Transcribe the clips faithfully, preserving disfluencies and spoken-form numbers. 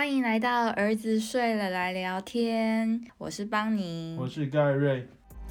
欢迎来到儿子睡了来聊天，我是邦尼， 我是盖瑞。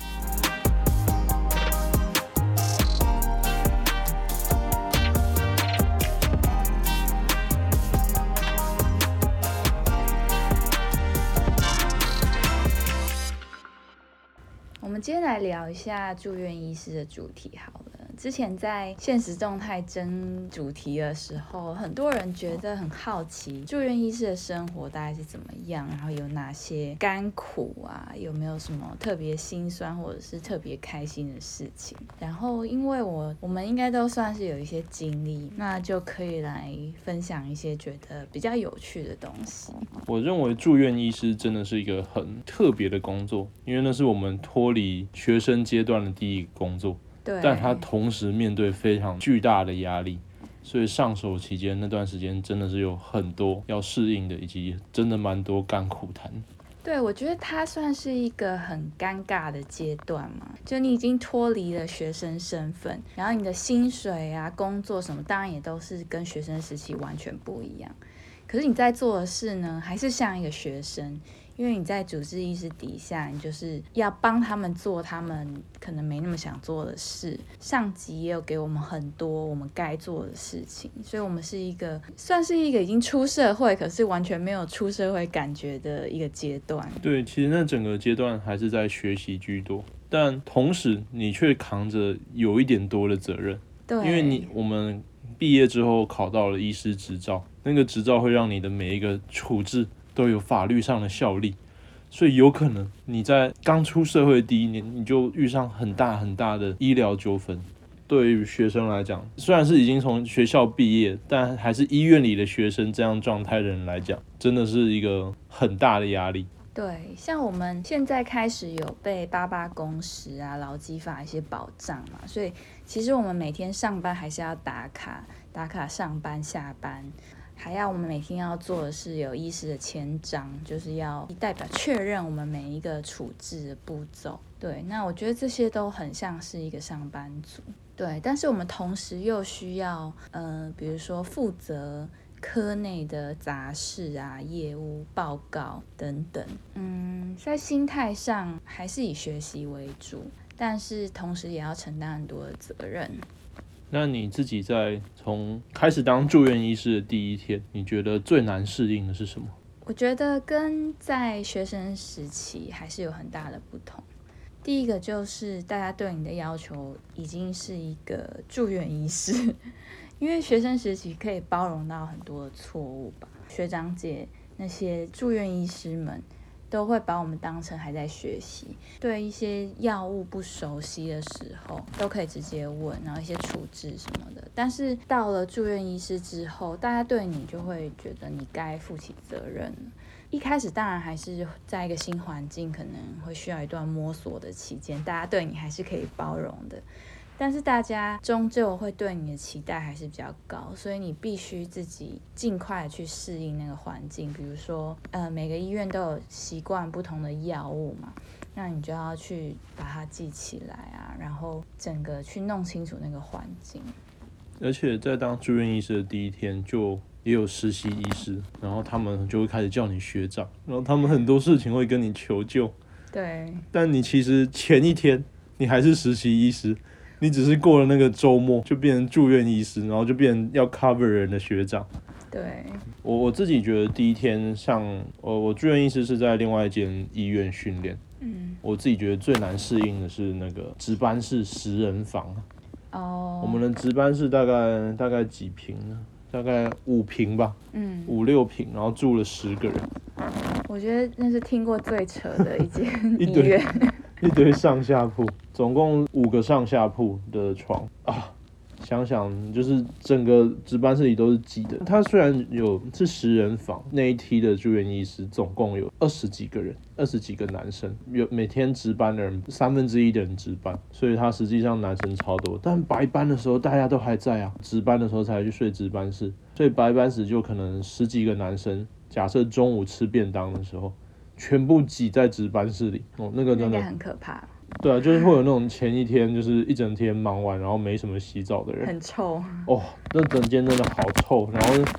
我们今天来聊一下住院医师的主题好了。之前在现实动态征主题的时候，很多人觉得很好奇住院医师的生活大概是怎么样，然后有哪些甘苦啊，有没有什么特别心酸或者是特别开心的事情。然后因为我我们应该都算是有一些经历，那就可以来分享一些觉得比较有趣的东西。 我认为住院医师真的是一个很特别的工作，因为那是我们脱离学生阶段的第一个工作， 对， 但他同时面对非常巨大的压力，所以上手期间那段时间真的是有很多要适应的，以及真的蛮多甘苦谈。 对，我觉得它算是一个很尴尬的阶段嘛，就你已经脱离了学生身份，然后你的薪水啊、工作什么，当然也都是跟学生时期完全不一样。可是你在做的事呢，还是像一个学生，因为你在主治医师底下，你就是要帮他们做他们可能没那么想做的事，上级也有给我们很多我们该做的事情，所以我们是一个算是一个已经出社会，可是完全没有出社会感觉的一个阶段。 对，其实那整个阶段还是在学习居多，但同时你却扛着有一点多的责任。 对， 因为你我们毕业之后考到了医师执照，那个执照会让你的每一个处置都有法律上的效力，所以有可能你在刚出社会的第一年，你就遇上很大很大的医疗纠纷。对于学生来讲，虽然是已经从学校毕业，但还是医院里的学生这样状态的人来讲，真的是一个很大的压力。 对，像我们现在开始有被八八工时啊、劳基法一些保障嘛，所以其实我们每天上班还是要打卡，打卡上班下班，还要我们每天要做的是有医师的签章，就是要代表确认我们每一个处置的步骤。对，那我觉得这些都很像是一个上班族。对，但是我们同时又需要，呃，比如说负责科内的杂事啊、业务报告等等。嗯，在心态上还是以学习为主，但是同时也要承担很多的责任。 那你自己在从开始当住院医师的第一天，你觉得最难适应的是什么？ 我觉得跟在学生时期还是有很大的不同。第一个就是大家对你的要求已经是一个住院医师，因为学生时期可以包容到很多的错误吧。学长姐那些住院医师们都会把我们当成还在学习，对一些药物不熟悉的时候都可以直接问，然后一些处置什么的。但是到了住院医师之后，大家对你就会觉得你该负起责任了。一开始当然还是在一个新环境，可能会需要一段摸索的期间，大家对你还是可以包容的，但是大家终究会对你的期待还是比较高，所以你必须自己尽快的去适应那个环境。比如说，呃，每个医院都有习惯不同的药物嘛，那你就要去把它记起来啊，然后整个去弄清楚那个环境。 而且在当住院医师的第一天，就也有实习医师，然后他们就会开始叫你学长，然后他们很多事情会跟你求救。 对， 但你其实前一天你还是实习医师，你只是过了那个周末就变成住院医师，然后就变成要 cover 人的学长。 对， 我我自己觉得第一天像我我住院医师是在另外一间医院训练，嗯，我自己觉得最难适应的是那个值班室十人房。哦，我们的值班室大概大概几坪呢？大概五坪吧，嗯，五六坪，然后住了十个人。 我觉得那是听过最扯的一间医院， 一堆上下铺，总共五个上下铺的床啊。想想就是整个值班室里都是挤的。他虽然有是十人房，那一梯的住院医师总共有二十几个人，二十几个男生，有每天值班的人三分之一的人值班，所以他实际上男生超多。但白班的时候大家都还在啊，值班的时候才去睡值班室，所以白班时就可能十几个男生。假设中午吃便当的时候，全部挤在值班室里，哦，那个真的很可怕。 对啊，就是会有那种前一天就是一整天忙完，然后没什么洗澡的人， 很臭哦，那整间真的好臭，然后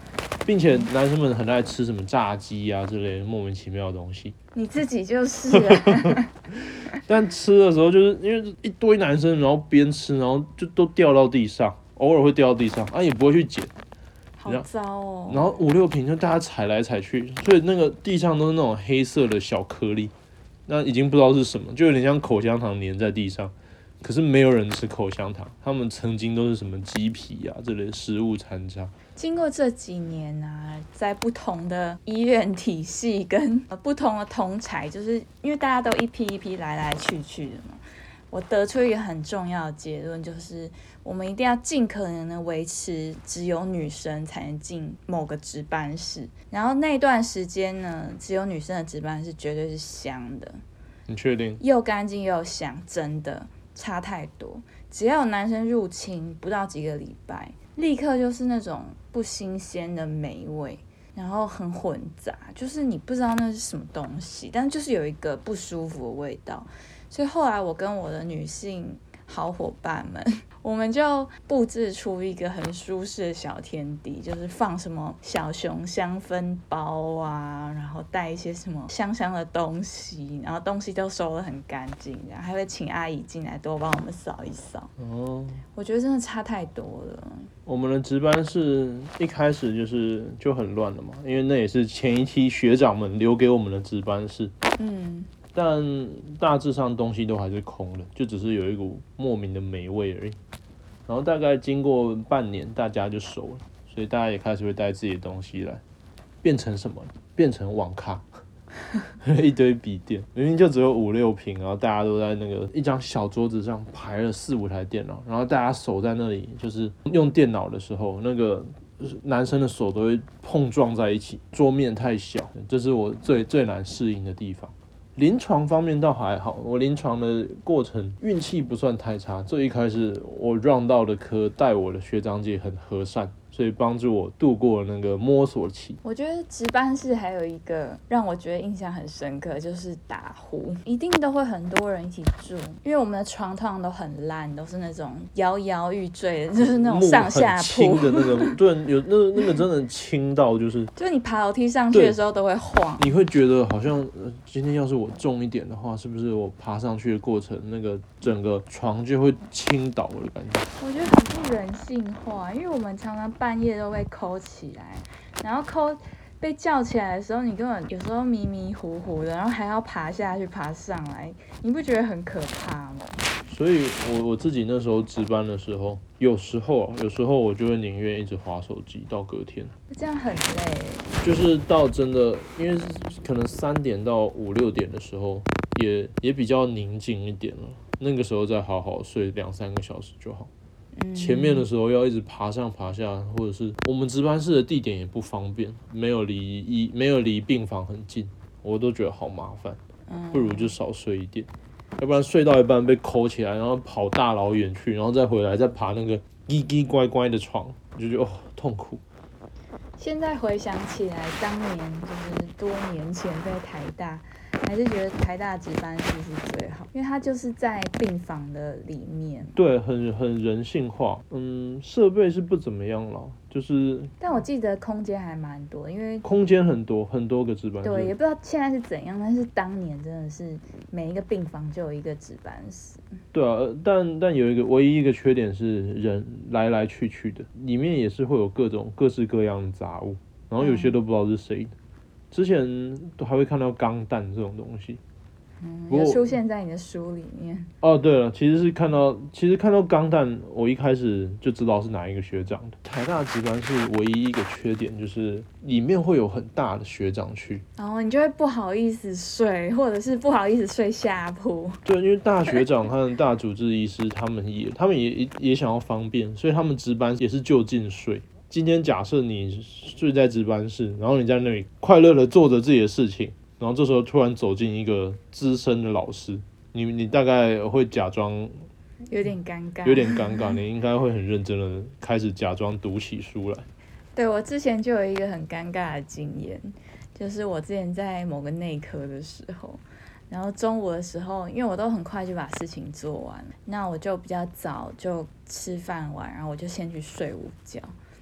并且男生们很爱吃什么炸鸡啊之类的莫名其妙的东西。 你自己就是啊。 但吃的时候就是因为一堆男生，然后边吃，然后就都掉到地上，偶尔会掉到地上，啊也不会去捡。 好糟哦。 然后五六瓶就大家踩来踩去，所以那个地上都是那种黑色的小颗粒，那已经不知道是什么，就有点像口香糖粘在地上。可是没有人吃口香糖，他们曾经都是什么鸡皮啊这类食物残渣。 经过这几年啊，在不同的医院体系跟不同的同侪，就是因为大家都一批一批来来去去的嘛，我得出一个很重要的结论，就是我们一定要尽可能的维持只有女生才能进某个值班室，然后那段时间呢，只有女生的值班室绝对是香的。 你确定？ 又干净又香，真的差太多。只要有男生入侵，不到几个礼拜，立刻就是那种不新鲜的霉味，然后很混杂，就是你不知道那是什么东西，但就是有一个不舒服的味道。所以后来我跟我的女性好伙伴们，我们就布置出一个很舒适的小天地，就是放什么小熊香氛包啊，然后带一些什么香香的东西，然后东西都收得很干净，然后还会请阿姨进来多帮我们扫一扫。哦，我觉得真的差太多了。 我们的值班室一开始就是就很乱了嘛，因为那也是前一批学长们留给我们的值班室。嗯。但大致上东西都还是空的，就只是有一股莫名的霉味而已。然后大概经过半年，大家就熟了，所以大家也开始会带自己的东西来，变成什么？变成网咖，一堆笔电，明明就只有五六瓶，然后大家都在那个一张小桌子上排了四五台电脑，然后大家手在那里，就是用电脑的时候，那个男生的手都会碰撞在一起，桌面太小，这是我最最难适应的地方。临床方面倒还好，我临床的过程运气不算太差。最一开始我 run 到的科带我的学长姐很和善，所以帮助我度过了那个摸索期。 我觉得值班室还有一个让我觉得印象很深刻，就是打呼，一定都会很多人一起住，因为我们的床通常都很烂，都是那种摇摇欲坠的，就是那种上下铺的那个，对，有那个那个真的轻到就是， 就是你爬楼梯上去的时候都会晃， 你会觉得好像、呃、今天要是我重一点的话，是不是我爬上去的过程，那个整个床就会倾倒的感觉？ 我觉得很不人性化，因为我们常常半夜都被抠起来，然后抠被叫起来的时候，你根本有时候迷迷糊糊的，然后还要爬下去爬上来，你不觉得很可怕吗？ 所以我我自己那时候值班的时候，有时候啊，有时候我就会宁愿一直滑手机到隔天， 这样很累。 就是到真的，因为可能三点到五六点的时候，也也比较宁静一点了，那个时候再好好睡两三个小时就好。嗯、前面的时候要一直爬上爬下，或者是我们值班室的地点也不方便，没有离医没有离病房很近，我都觉得好麻烦，不如就少睡一点。要不然睡到一半被抠起来，然后跑大老远去，然后再回来再爬那个叽叽乖乖的床，就觉得哦痛苦。 现在回想起来，当年就是多年前在台大，还是觉得台大值班室是最好，因为它就是在病房的里面。 对，很很人性化。嗯，设备是不怎么样了，就是。 但我记得空间还蛮多，因为空间很多，很多个值班室。 对，也不知道现在是怎样，但是当年真的是每一个病房就有一个值班室。 对啊，但但有一个唯一一个缺点是人来来去去的，里面也是会有各种各式各样的杂物，然后有些都不知道是谁的。嗯、之前都还会看到钢弹这种东西。 嗯，有出现在你的书里面。 哦，对了，其实是看到，其实看到钢弹，我一开始就知道是哪一个学长的。台大值班室唯一一个缺点就是里面会有很大的学长区， 然后你就会不好意思睡，或者是不好意思睡下铺。 对，因为大学长和大主治医师他们也，他们也也想要方便，所以他们值班也是就近睡。今天假设你睡在值班室，然后你在那里快乐的做着自己的事情。然后这时候突然走进一个资深的老师，你你大概会假装有点尴尬， 有点尴尬，你应该会很认真的开始假装读起书来。 对，我之前就有一个很尴尬的经验，就是我之前在某个内科的时候，然后中午的时候，因为我都很快就把事情做完，那我就比较早就吃饭完，然后我就先去睡午觉。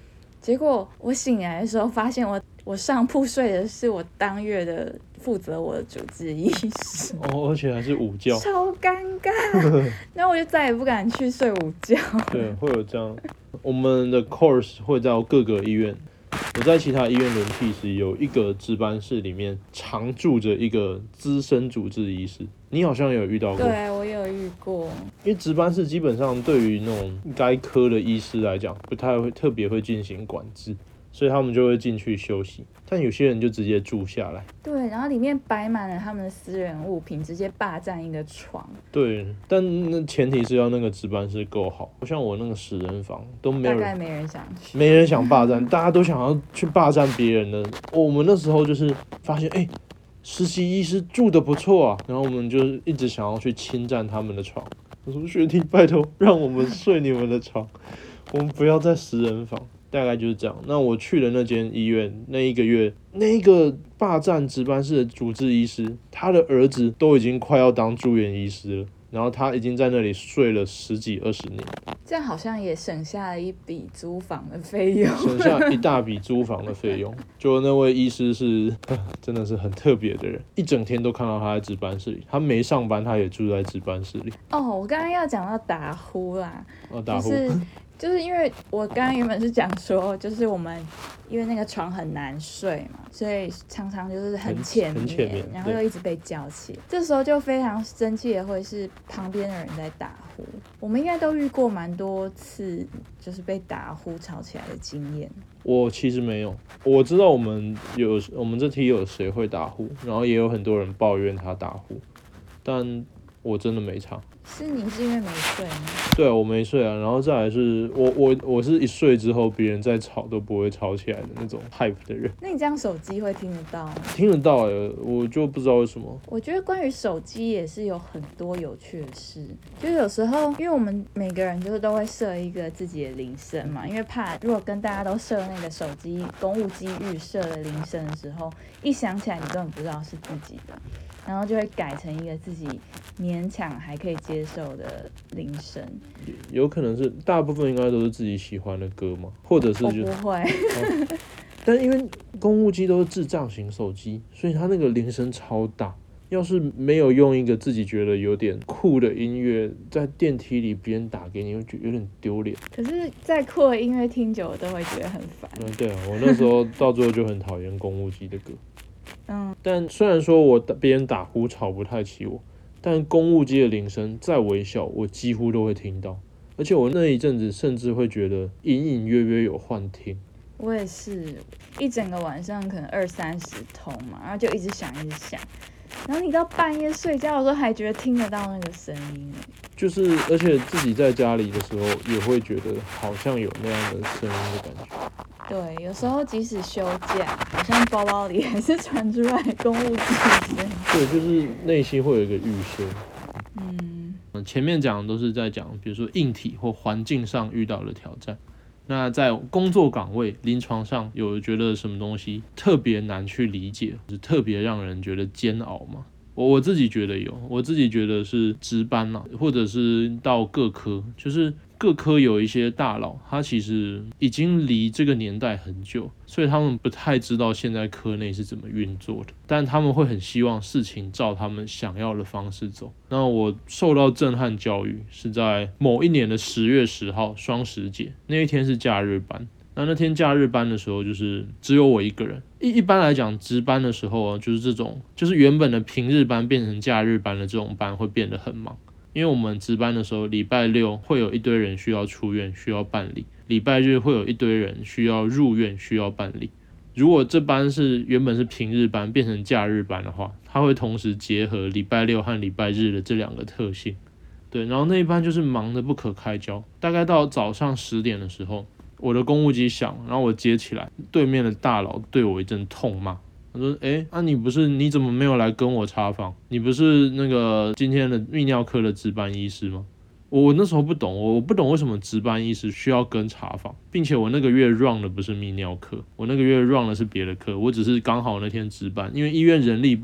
结果我醒来的时候，发现我我上铺睡的是我当月的负责我的主治医师， 哦，而且还是午觉， 超尴尬。那我就再也不敢去睡午觉。 对，会有这样。我们的 course 会到各个医院，我在其他医院轮替时，有一个值班室里面常住着一个资深主治医师。你好像有遇到过？ 对，我有遇过。 因为值班室基本上对于那种该科的医师来讲，不太会特别会进行管制，所以他们就会进去休息。但有些人就直接住下来。 对，然后里面摆满了他们的私人物品，直接霸占一个床。 对，但那前提是要那个值班室够好。像我那个十人房都没有人， 大概没人想去， 没人想霸占，大家都想要去霸占别人的。我们那时候就是发现，哎、欸，实习医师住得不错啊，然后我们就一直想要去侵占他们的床。我说学弟，拜托让我们睡你们的床，我们不要在十人房。大概就是这样。那我去了那间医院，那一个月，那一个霸占值班室的主治医师，他的儿子都已经快要当住院医师了，然后他已经在那里睡了十几二十年， 这样好像也省下了一笔租房的费用， 省下一大笔租房的费用。就那位医师是真的是很特别的人，一整天都看到他在值班室里，他没上班，他也住在值班室里。 哦，我刚刚要讲到打呼啦， 哦，打呼。 就是就是因为我刚刚原本是讲说，就是我们因为那个床很难睡嘛，所以常常就是很浅眠， 很浅眠， 然后又一直被叫起，这时候就非常生气的会是旁边的人在打呼。我们应该都遇过蛮多次，就是被打呼吵起来的经验。 我其实没有，我知道我们有我们这题有谁会打呼，然后也有很多人抱怨他打呼，但我真的没差。 是你是因为没睡吗？ 对啊，我没睡啊，然后再来是我我我是一睡之后，别人再吵都不会吵起来的那种 hype 的人。 那你这样手机会听得到吗？ 听得到哎，我就不知道为什么。 我觉得关于手机也是有很多有趣的事，就是有时候因为我们每个人就是都会设一个自己的铃声嘛，因为怕如果跟大家都设那个手机公务机预设的铃声的时候，一响起来你根本不知道是自己的。然后就会改成一个自己勉强还可以接受的铃声， 有可能是大部分应该都是自己喜欢的歌嘛，或者是就我不会、 哦。但因为公务机都是智障型手机，所以它那个铃声超大。要是没有用一个自己觉得有点酷的音乐，在电梯里别人打给你，会觉得有点丢脸。 可是再酷的音乐听久了都会觉得很烦。 嗯，对啊，我那时候到最后就很讨厌公务机的歌。 嗯， 但虽然说我别人打呼吵不太起我，但公务机的铃声再微小，我几乎都会听到，而且我那一阵子甚至会觉得隐隐约约有幻听。 我也是，一整个晚上可能二三十通嘛，然后就一直响一直响，然后你到半夜睡觉的时候还觉得听得到那个声音， 就是而且自己在家里的时候也会觉得好像有那样的声音的感觉。 对，有时候即使休假，好像包包里还是传出来公务机声。 对，就是内心会有一个预先。 嗯， 前面讲的都是在讲，比如说硬体或环境上遇到的挑战。那在工作岗位、临床上有觉得什么东西特别难去理解，是特别让人觉得煎熬吗？我我自己觉得有，我自己觉得是值班啦，或者是到各科，就是各科有一些大佬，他其实已经离这个年代很久，所以他们不太知道现在科内是怎么运作的，但他们会很希望事情照他们想要的方式走。那我受到震撼教育是在某一年的十月十号双十节，那一天是假日班。那那天假日班的时候，就是只有我一个人。一一般来讲，值班的时候啊，就是这种，就是原本的平日班变成假日班的这种班会变得很忙，因为我们值班的时候，礼拜六会有一堆人需要出院，需要办理；礼拜日会有一堆人需要入院，需要办理。如果这班是原本是平日班变成假日班的话，它会同时结合礼拜六和礼拜日的这两个特性。对，然后那一班就是忙得不可开交，大概到早上十点的时候。我的公务机响，然后我接起来，对面的大佬对我一阵痛骂，他说：“哎，啊你不是你怎么没有来跟我查房？你不是那个今天的泌尿科的值班医师吗？”我那时候不懂，我不懂为什么值班医师需要跟查房，并且我那个月 run 的不是泌尿科，我那个月 run 的是别的科，我只是刚好那天值班，因为医院人力不足，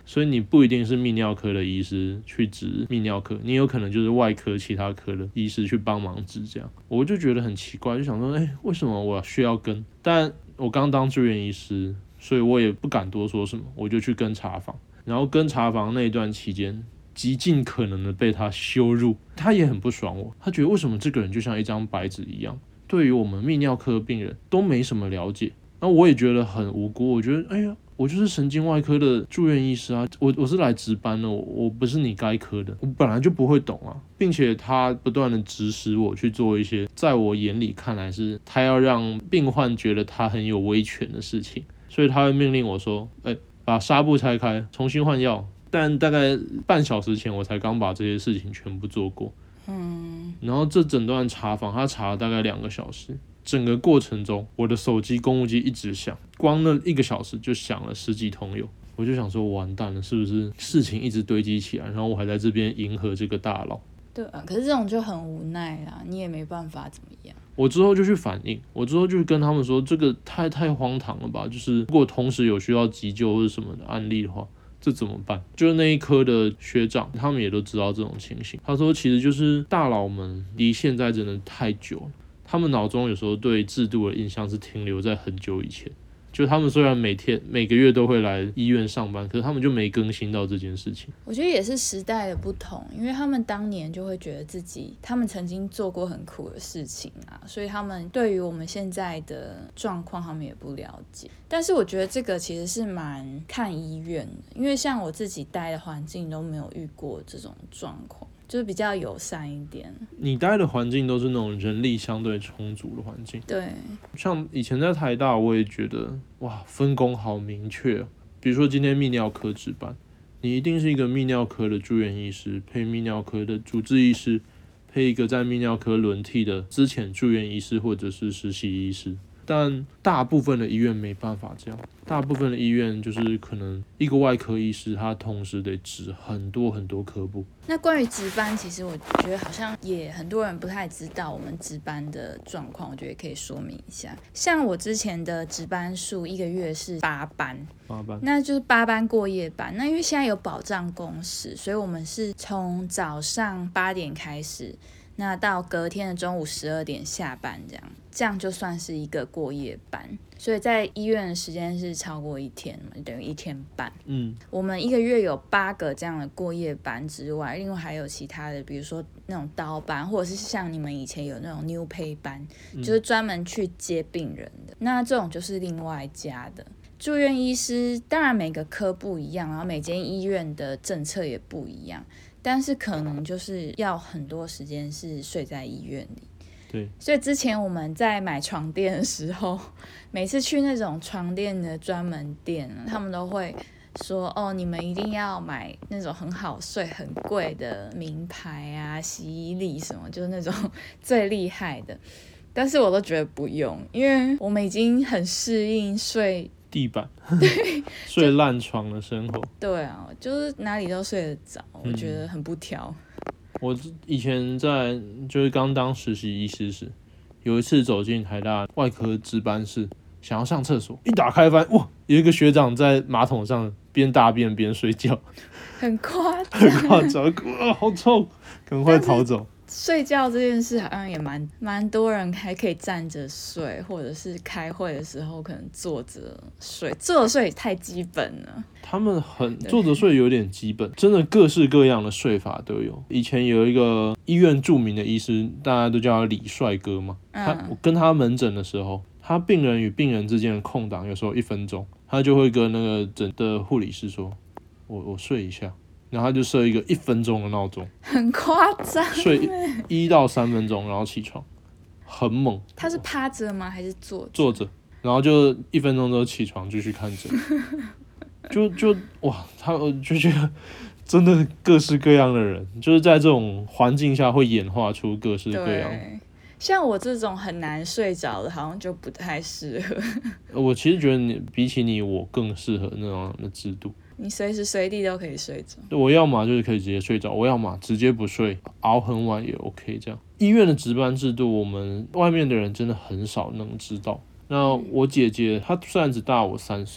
所以你不一定是泌尿科的医师去值泌尿科，你有可能就是外科其他科的医师去帮忙值这样。我就觉得很奇怪，就想说，哎、欸，为什么我需要跟？但我刚当住院医师，所以我也不敢多说什么，我就去跟查房。然后跟查房那一段期间，极尽可能的被他羞辱，他也很不爽我，他觉得为什么这个人就像一张白纸一样，对于我们泌尿科病人都没什么了解。那我也觉得很无辜，我觉得哎呀，我就是神经外科的住院医师啊，我我是来值班的，我我不是你该科的，我本来就不会懂啊，并且他不断的指使我去做一些在我眼里看来是他要让病患觉得他很有威权的事情，所以他会命令我说，哎，把纱布拆开，重新换药。但大概半小时前我才刚把这些事情全部做过，嗯，然后这整段查房他查了大概两个小时。整个过程中，我的手机公务机一直响，光那一个小时就响了十几通有，我就想说完蛋了，是不是事情一直堆积起来，然后我还在这边迎合这个大佬？ 对啊，可是这种就很无奈啦，你也没办法怎么样。 我之后就去反映，我之后就跟他们说，这个太太荒唐了吧？就是如果同时有需要急救或者什么的案例的话，这怎么办？就是那一科的学长，他们也都知道这种情形。他说，其实就是大佬们离现在真的太久了。他们脑中有时候对制度的印象是停留在很久以前，就他们虽然每天每个月都会来医院上班，可是他们就没更新到这件事情。 我觉得也是时代的不同，因为他们当年就会觉得自己他们曾经做过很苦的事情啊，所以他们对于我们现在的状况他们也不了解。但是我觉得这个其实是蛮看医院的，因为像我自己待的环境都没有遇过这种状况，就是比较友善一点。 你待的环境都是那种人力相对充足的环境。 对， 像以前在台大，我也觉得哇，分工好明确哦。比如说今天泌尿科值班，你一定是一个泌尿科的住院医师，配泌尿科的主治医师，配一个在泌尿科轮替的资浅住院医师或者是实习医师。但大部分的医院没办法这样，大部分的医院就是可能一个外科医师他同时得值很多很多科部。 那关于值班，其实我觉得好像也很多人不太知道我们值班的状况，我觉得也可以说明一下。像我之前的值班数一个月是八班， 八班， 那就是八班过夜班。那因为现在有保障工时，所以我们是从早上八点开始，那到隔天的中午十二点下班，这样这样就算是一个过夜班。所以在医院的时间是超过一天嘛，等于一天半。嗯，我们一个月有八个这样的过夜班之外，另外还有其他的，比如说那种刀班，或者是像你们以前有那种 new pay 班，就是专门去接病人的。那这种就是另外加的。住院医师当然每个科不一样，然后每间医院的政策也不一样，但是可能就是要很多时间是睡在医院里。 对， 所以之前我们在买床垫的时候，每次去那种床垫的专门店，他们都会说，哦，你们一定要买那种很好睡很贵的名牌啊，洗衣粒什么，就是那种最厉害的。但是我都觉得不用，因为我们已经很适应睡地板睡烂床的生活。 对啊，就是哪里都睡得着，我觉得很不挑。 我以前在就是刚当实习医师时，有一次走进台大外科值班室，想要上厕所，一打开发现哇，有一个学长在马桶上边大便边睡觉， 很夸张， 很夸张，啊，好臭，赶快逃走。 睡觉这件事好像也蛮蛮多人还可以站着睡，或者是开会的时候可能坐着睡，坐着睡也太基本了。 他们很坐着睡有点基本，真的各式各样的睡法都有。以前有一个医院著名的医师，大家都叫他李帅哥嘛。他我跟他门诊的时候，他病人与病人之间的空档有时候一分钟，他就会跟那个诊的护理师说：“我我睡一下。”然后他就设一个一分钟的闹钟， 很夸张， 睡一到三分钟，然后起床，很猛。 他是趴着吗？还是坐着？ 坐着，然后就一分钟之后起床继续看诊。就就哇，他我就觉得真的各式各样的人，就是在这种环境下会演化出各式各样。 像我这种很难睡着的，好像就不太适合。 我其实觉得你比起你，我更适合那种的制度。 你随时随地都可以睡着。 我要嘛就是可以直接睡着，我要嘛直接不睡，熬很晚也 OK 这样。医院的值班制度，我们外面的人真的很少能知道。那我姐姐她虽然只大我三岁，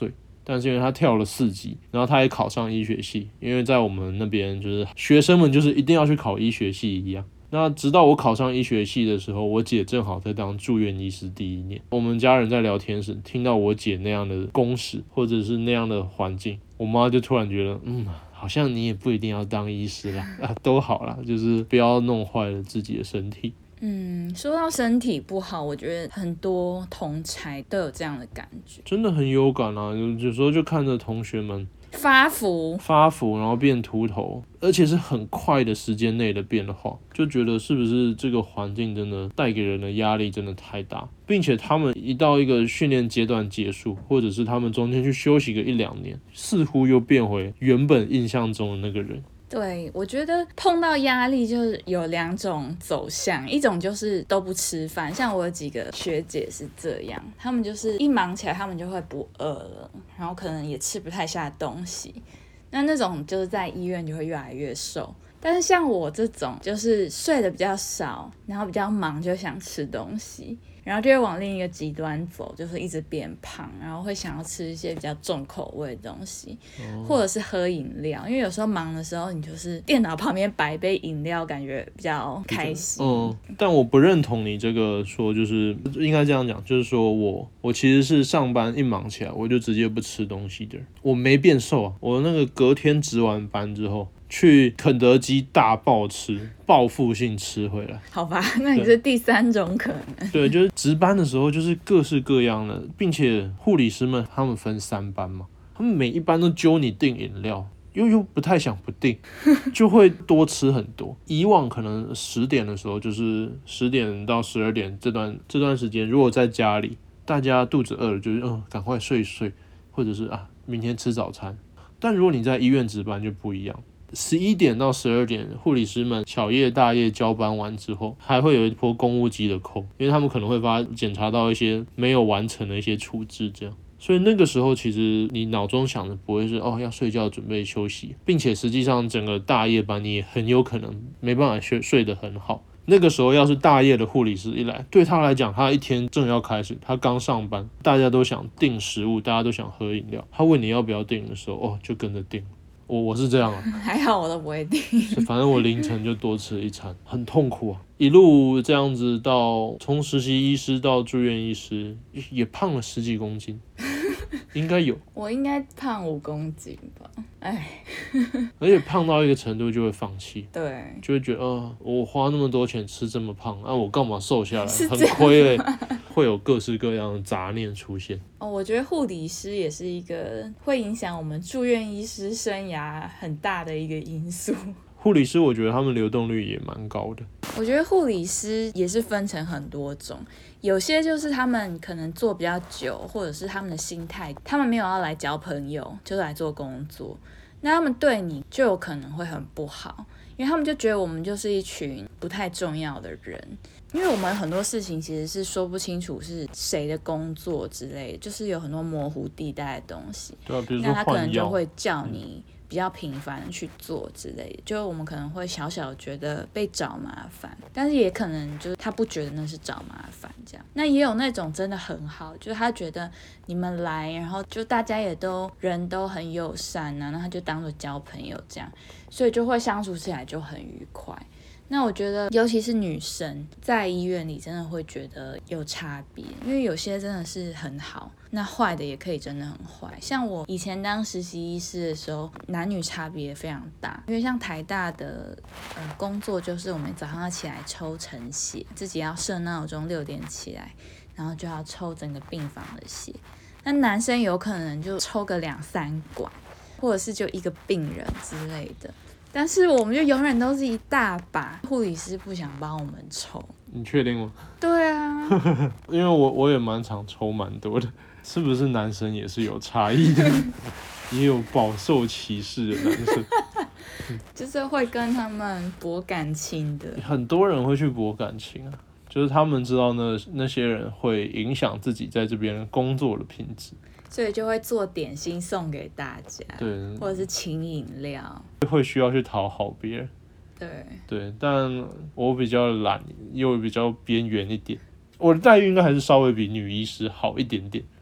但是因为他跳了四级，然后他也考上医学系，因为在我们那边就是学生们就是一定要去考医学系一样。那直到我考上医学系的时候，我姐正好在当住院医师第一年。我们家人在聊天时，听到我姐那样的工时或者是那样的环境，我妈就突然觉得，嗯，好像你也不一定要当医师啦，啊，都好啦，就是不要弄坏了自己的身体。 嗯，说到身体不好，我觉得很多同侪都有这样的感觉， 真的很有感啊！有有时候就看着同学们发福发福，然后变秃头，而且是很快的时间内的变化，就觉得是不是这个环境真的带给人的压力真的太大，并且他们一到一个训练阶段结束，或者是他们中间去休息个一两年，似乎又变回原本印象中的那个人。 对，我觉得碰到压力就是有两种走向，一种就是都不吃饭，像我有几个学姐是这样，他们就是一忙起来，他们就会不饿了，然后可能也吃不太下东西，那那种就是在医院就会越来越瘦。但是像我这种就是睡得比较少，然后比较忙，就想吃东西，然后就会往另一个极端走，就是一直变胖，然后会想要吃一些比较重口味的东西，哦、或者是喝饮料，因为有时候忙的时候，你就是电脑旁边摆一杯饮料，感觉比较开心。 嗯，但我不认同你这个说，就是应该这样讲，就是说我我其实是上班一忙起来，我就直接不吃东西的人，我没变瘦啊，我那个隔天值完班之后。去肯德基大暴吃，报复性吃回来。 好吧，那你是第三种可能。 对，就是值班的时候，就是各式各样的，并且护理师们他们分三班嘛，他们每一班都揪你订饮料，又又不太想不订，就会多吃很多。以往可能十点的时候，就是十点到十二点这段这段时间，如果在家里，大家肚子饿了，就是嗯，赶快睡一睡，或者是啊，明天吃早餐。但如果你在医院值班就不一样。十一点到十二点，护理师们小夜大夜交班完之后，还会有一波公务机的扣，因为他们可能会发检查到一些没有完成的一些处置，这样。所以那个时候，其实你脑中想的不会是哦要睡觉准备休息，并且实际上整个大夜班你也很有可能没办法睡睡得很好。那个时候要是大夜的护理师一来，对他来讲，他一天正要开始，他刚上班，大家都想订食物，大家都想喝饮料，他问你要不要订的时候，哦就跟着订。我我是这样啊， 还好我都不会订， 反正我凌晨就多吃一餐，很痛苦啊。一路这样子到从实习医师到住院医师，也胖了十几公斤，应该有。 我应该胖五公斤吧，哎， 而且胖到一个程度就会放弃， 对， 就会觉得，呃，我花那么多钱吃这么胖，啊，我干嘛瘦下来？很亏欸，会有各式各样的杂念出现。 哦，我觉得护理师也是一个会影响我们住院医师生涯很大的一个因素。 护理师我觉得他们流动率也蛮高的。 我觉得护理师也是分成很多种，有些就是他们可能做比较久，或者是他们的心态，他们没有要来交朋友，就是来做工作，那他们对你就有可能会很不好，因为他们就觉得我们就是一群不太重要的人，因为我们很多事情其实是说不清楚是谁的工作之类的，就是有很多模糊地带的东西。 对啊，比如说那他可能换药就会叫你比较频繁的去做之类的，就我们可能会小小觉得被找麻烦，但是也可能就是他不觉得那是找麻烦这样。那也有那种真的很好，就是他觉得你们来，然后就大家也都人都很友善啊，那他就当做交朋友这样，所以就会相处起来就很愉快。那我觉得尤其是女生在医院里真的会觉得有差别，因为有些真的是很好，那坏的也可以真的很坏。像我以前当实习医师的时候，男女差别非常大，因为像台大的呃工作就是我们早上要起来抽晨血，自己要设闹钟六点起来，然后就要抽整个病房的血。那男生有可能就抽个两三管，或者是就一个病人之类的。但是我们就永远都是一大把，护理师不想帮我们抽。 你确定吗？ 对啊， 因为我我也蛮常抽蛮多的，是不是男生也是有差异的？也有饱受歧视的男生， 就是会跟他们博感情的。 很多人会去博感情啊，就是他们知道那那些人会影响自己在这边工作的品质。 所以就会做点心送给大家， 对， 或者是请饮料， 会需要去讨好别人。 对对，但我比较懒，又比较边缘一点，我的待遇应该还是稍微比女医师好一点点，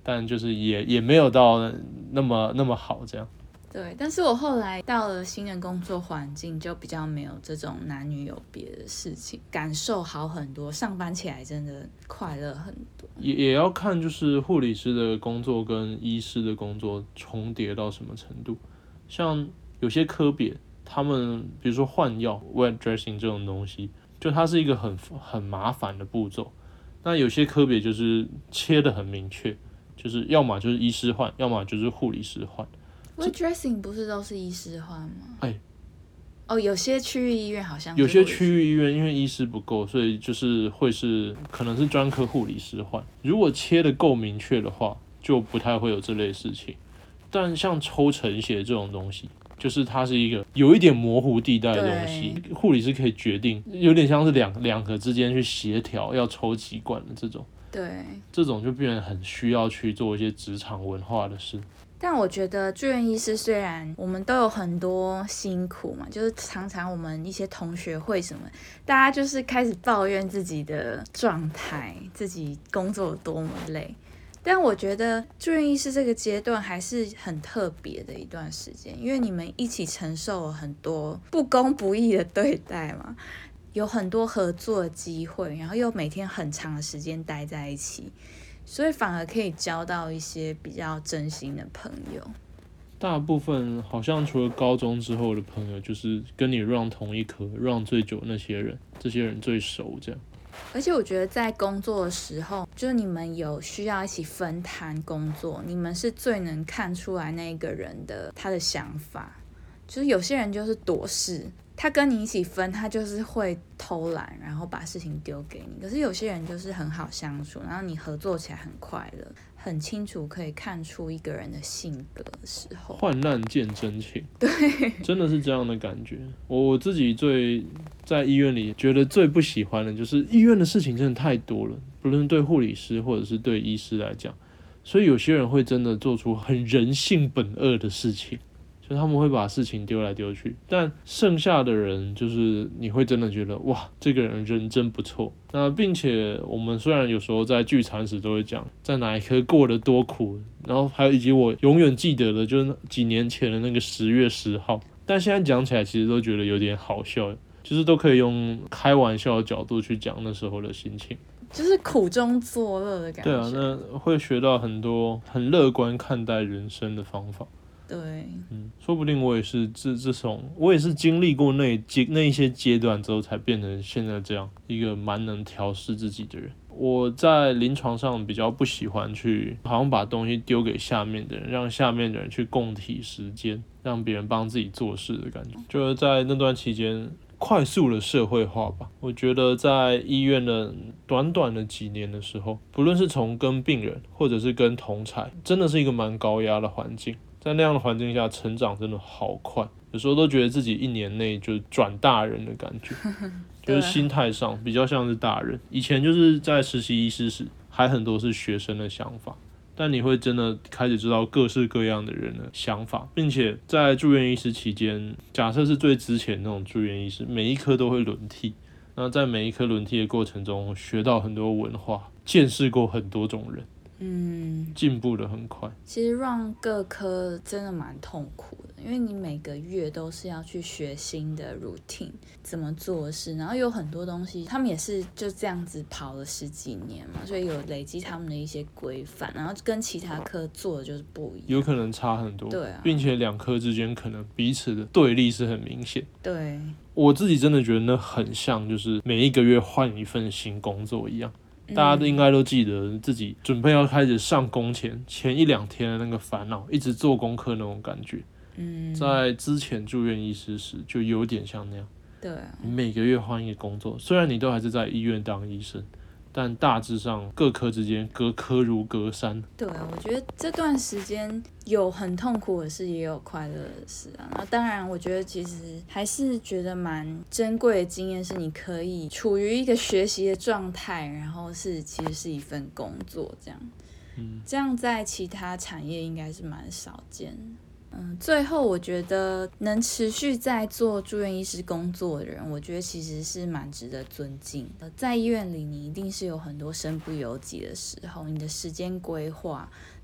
但就是也也没有到那么那么好这样。 对，但是我后来到了新的工作环境，就比较没有这种男女有别的事情，感受好很多，上班起来真的快乐很多。 也也要看就是护理师的工作跟医师的工作重叠到什么程度，像有些科别，他们比如说换药 wet dressing 这种东西，就它是一个很很麻烦的步骤。那有些科别就是切得很明确，就是要么就是医师换，要么就是护理师换。 wet dressing 不是都是医师换吗？ 哎， 哦，有些区域医院好像是有些区域医院因为医师不够，所以就是会是可能是专科护理师换。如果切得够明确的话，就不太会有这类事情。但像抽成血这种东西，就是它是一个有一点模糊地带的东西，护理师可以决定，有点像是两两个之间去协调要抽几管的这种。 对， 这种就变得很需要去做一些职场文化的事。 但我觉得住院医师虽然我们都有很多辛苦嘛，就是常常我们一些同学会什么，大家就是开始抱怨自己的状态，自己工作有多么累。但我觉得住院医师这个阶段还是很特别的一段时间，因为你们一起承受了很多不公不义的对待嘛，有很多合作的机会，然后又每天很长的时间待在一起，所以反而可以交到一些比较真心的朋友。 大部分好像除了高中之后的朋友，就是跟你 run 同一科 run 最久那些人，这些人最熟这样。 而且我觉得在工作的时候，就是你们有需要一起分摊工作，你们是最能看出来那个人的他的想法。就是有些人就是躲事，他跟你一起分，他就是会偷懒，然后把事情丢给你。可是有些人就是很好相处，然后你合作起来很快乐，很清楚可以看出一个人的性格的时候， 患难见真情， 对， 真的是这样的感觉。我我自己最在医院里觉得最不喜欢的就是医院的事情真的太多了，不论对护理师或者是对医师来讲，所以有些人会真的做出很人性本恶的事情。就他们会把事情丢来丢去，但剩下的人就是你会真的觉得哇，这个人人真不错。那并且我们虽然有时候在聚餐时都会讲在哪一科过得多苦，然后还有以及我永远记得的就是几年前的那个十月十号，但现在讲起来其实都觉得有点好笑，就是都可以用开玩笑的角度去讲那时候的心情。 就是苦中作乐的感觉。 对啊，那会学到很多很乐观看待人生的方法。 对， 嗯，说不定我也是这这种，我也是经历过那阶那一些阶段之后，才变成现在这样一个蛮能调试自己的人。我在临床上比较不喜欢去，好像把东西丢给下面的人，让下面的人去共体时间，让别人帮自己做事的感觉。就是在那段期间，快速的社会化吧。我觉得在医院的短短的几年的时候，不论是从跟病人，或者是跟同侪，真的是一个蛮高压的环境。在那样的环境下成长真的好快，有时候都觉得自己一年内就转大人的感觉，就是心态上比较像是大人。以前就是在实习医师时还很多是学生的想法，但你会真的开始知道各式各样的人的想法，并且在住院医师期间，假设是最之前那种住院医师，每一科都会轮替，那在每一科轮替的过程中学到很多文化，见识过很多种人，嗯，进步的很快。 其实让各科真的蛮痛苦的，因为你每个月都是要去学新的 routine 怎么做事，然后有很多东西他们也是就这样子跑了十几年嘛，所以有累积他们的一些规范，然后跟其他科做的就是不一样， 有可能差很多。 对啊， 并且两科之间可能彼此的对立是很明显。 对， 我自己真的觉得那很像就是每一个月换一份新工作一样。大家应该都记得自己准备要开始上工前前一两天的那个烦恼，一直做功课那种感觉。嗯，在之前住院医师时就有点像那样。 对啊， 你每个月换一个工作，虽然你都还是在医院当医生，但大致上各科之间隔科如隔山。 对啊，我觉得这段时间有很痛苦的事，也有快乐的事啊。然后当然，我觉得其实还是觉得蛮珍贵的经验，是你可以处于一个学习的状态，然后是其实是一份工作这样。嗯，这样在其他产业应该是蛮少见的。嗯，最后我觉得能持续在做住院医师工作的人，我觉得其实是蛮值得尊敬的。在医院里，你一定是有很多身不由己的时候，你的时间规划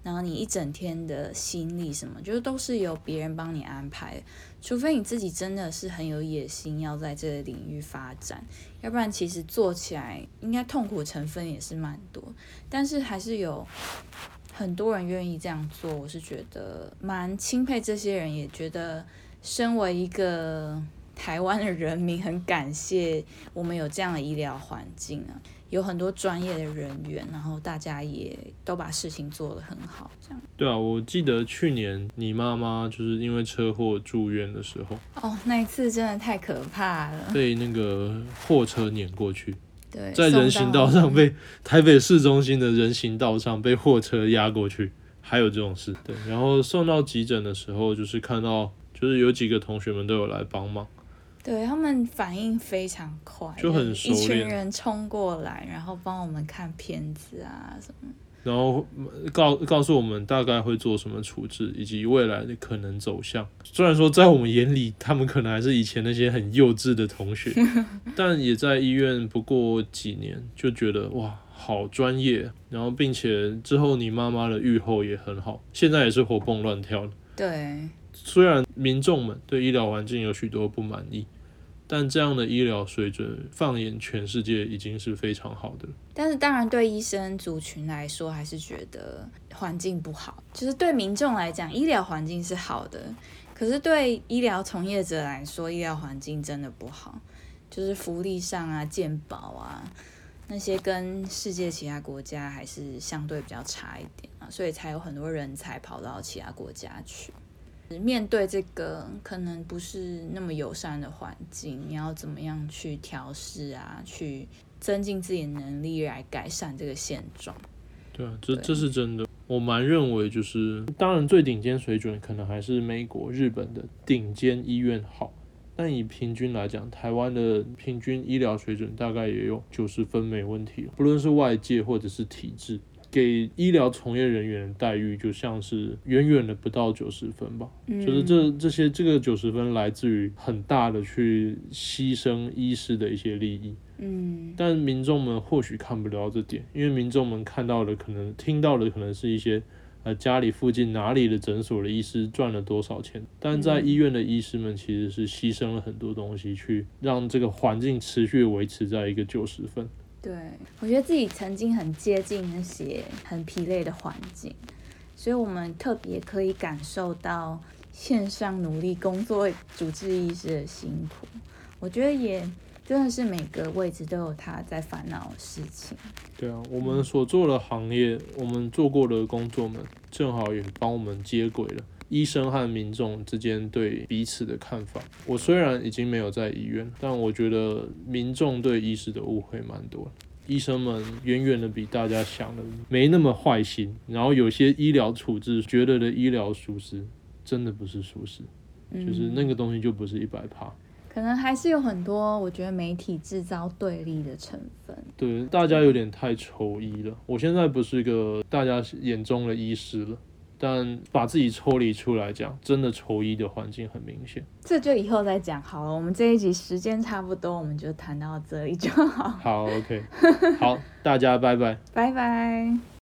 然后你一整天的心力什么，就是都是由别人帮你安排的，除非你自己真的是很有野心，要在这个领域发展，要不然其实做起来应该痛苦成分也是蛮多，但是还是有很多人愿意这样做，我是觉得蛮钦佩这些人，也觉得身为一个台湾的人民，很感谢我们有这样的医疗环境啊，有很多专业的人员，然后大家也都把事情做得很好，这样。 对啊，我记得去年你妈妈就是因为车祸住院的时候， 哦，那一次真的太可怕了， 被那个货车碾过去。 对， 在人行道上被台北市中心的人行道上被货车压过去，还有这种事。对，然后送到急诊的时候，就是看到就是有几个同学们都有来帮忙， 对，他们反应非常快， 就很熟练， 一群人冲过来，然后帮我们看片子啊什么。 然后告告诉我们大概会做什么处置，以及未来的可能走向。虽然说在我们眼里，他们可能还是以前那些很幼稚的同学，但也在医院不过几年，就觉得哇，好专业。然后并且之后你妈妈的预后也很好，现在也是活蹦乱跳的。 对， 虽然民众们对医疗环境有许多不满意，但这样的医疗水准放眼全世界已经是非常好的了。 但是当然对医生族群来说还是觉得环境不好，就是对民众来讲医疗环境是好的，可是对医疗从业者来说医疗环境真的不好，就是福利上啊健保啊那些跟世界其他国家还是相对比较差一点啊，所以才有很多人才跑到其他国家去。面对这个可能不是那么友善的环境，你要怎么样去调试啊，去增进自己的能力来改善这个现状。 对啊，这这是真的。我蛮认为就是，当然最顶尖水准可能还是美国、日本的顶尖医院好，但以平均来讲，台湾的平均医疗水准大概也有九十分没问题，不论是外界或者是体制。给医疗从业人员的待遇就像是远远的不到九十分吧，嗯、就是这这些这个九十分来自于很大的去牺牲医师的一些利益，嗯，但民众们或许看不了这点，因为民众们看到的可能听到的可能是一些呃家里附近哪里的诊所的医师赚了多少钱，但在医院的医师们其实是牺牲了很多东西去让这个环境持续维持在一个九十分。 对，我觉得自己曾经很接近那些很疲累的环境，所以我们特别可以感受到线上努力工作主治医师的辛苦。我觉得也真的是每个位置都有他在烦恼的事情。 对啊，我们所做的行业，我们做过的工作们，正好也帮我们接轨了医生和民众之间对彼此的看法。我虽然已经没有在医院，但我觉得民众对医师的误会蛮多的。医生们远远的比大家想的没那么坏心，然后有些医疗处置觉得的医疗疏失，真的不是疏失，嗯、就是那个东西就不是一百趴。 可能还是有很多我觉得媒体制造对立的成分。 对，大家有点太仇医了。我现在不是个大家眼中的医师了。但把自己抽离出来讲，真的仇医的环境很明显。 这就以后再讲好了。我们这一集时间差不多，我们就谈到这里就好。 好 ，OK， 好，大家拜拜， 拜拜。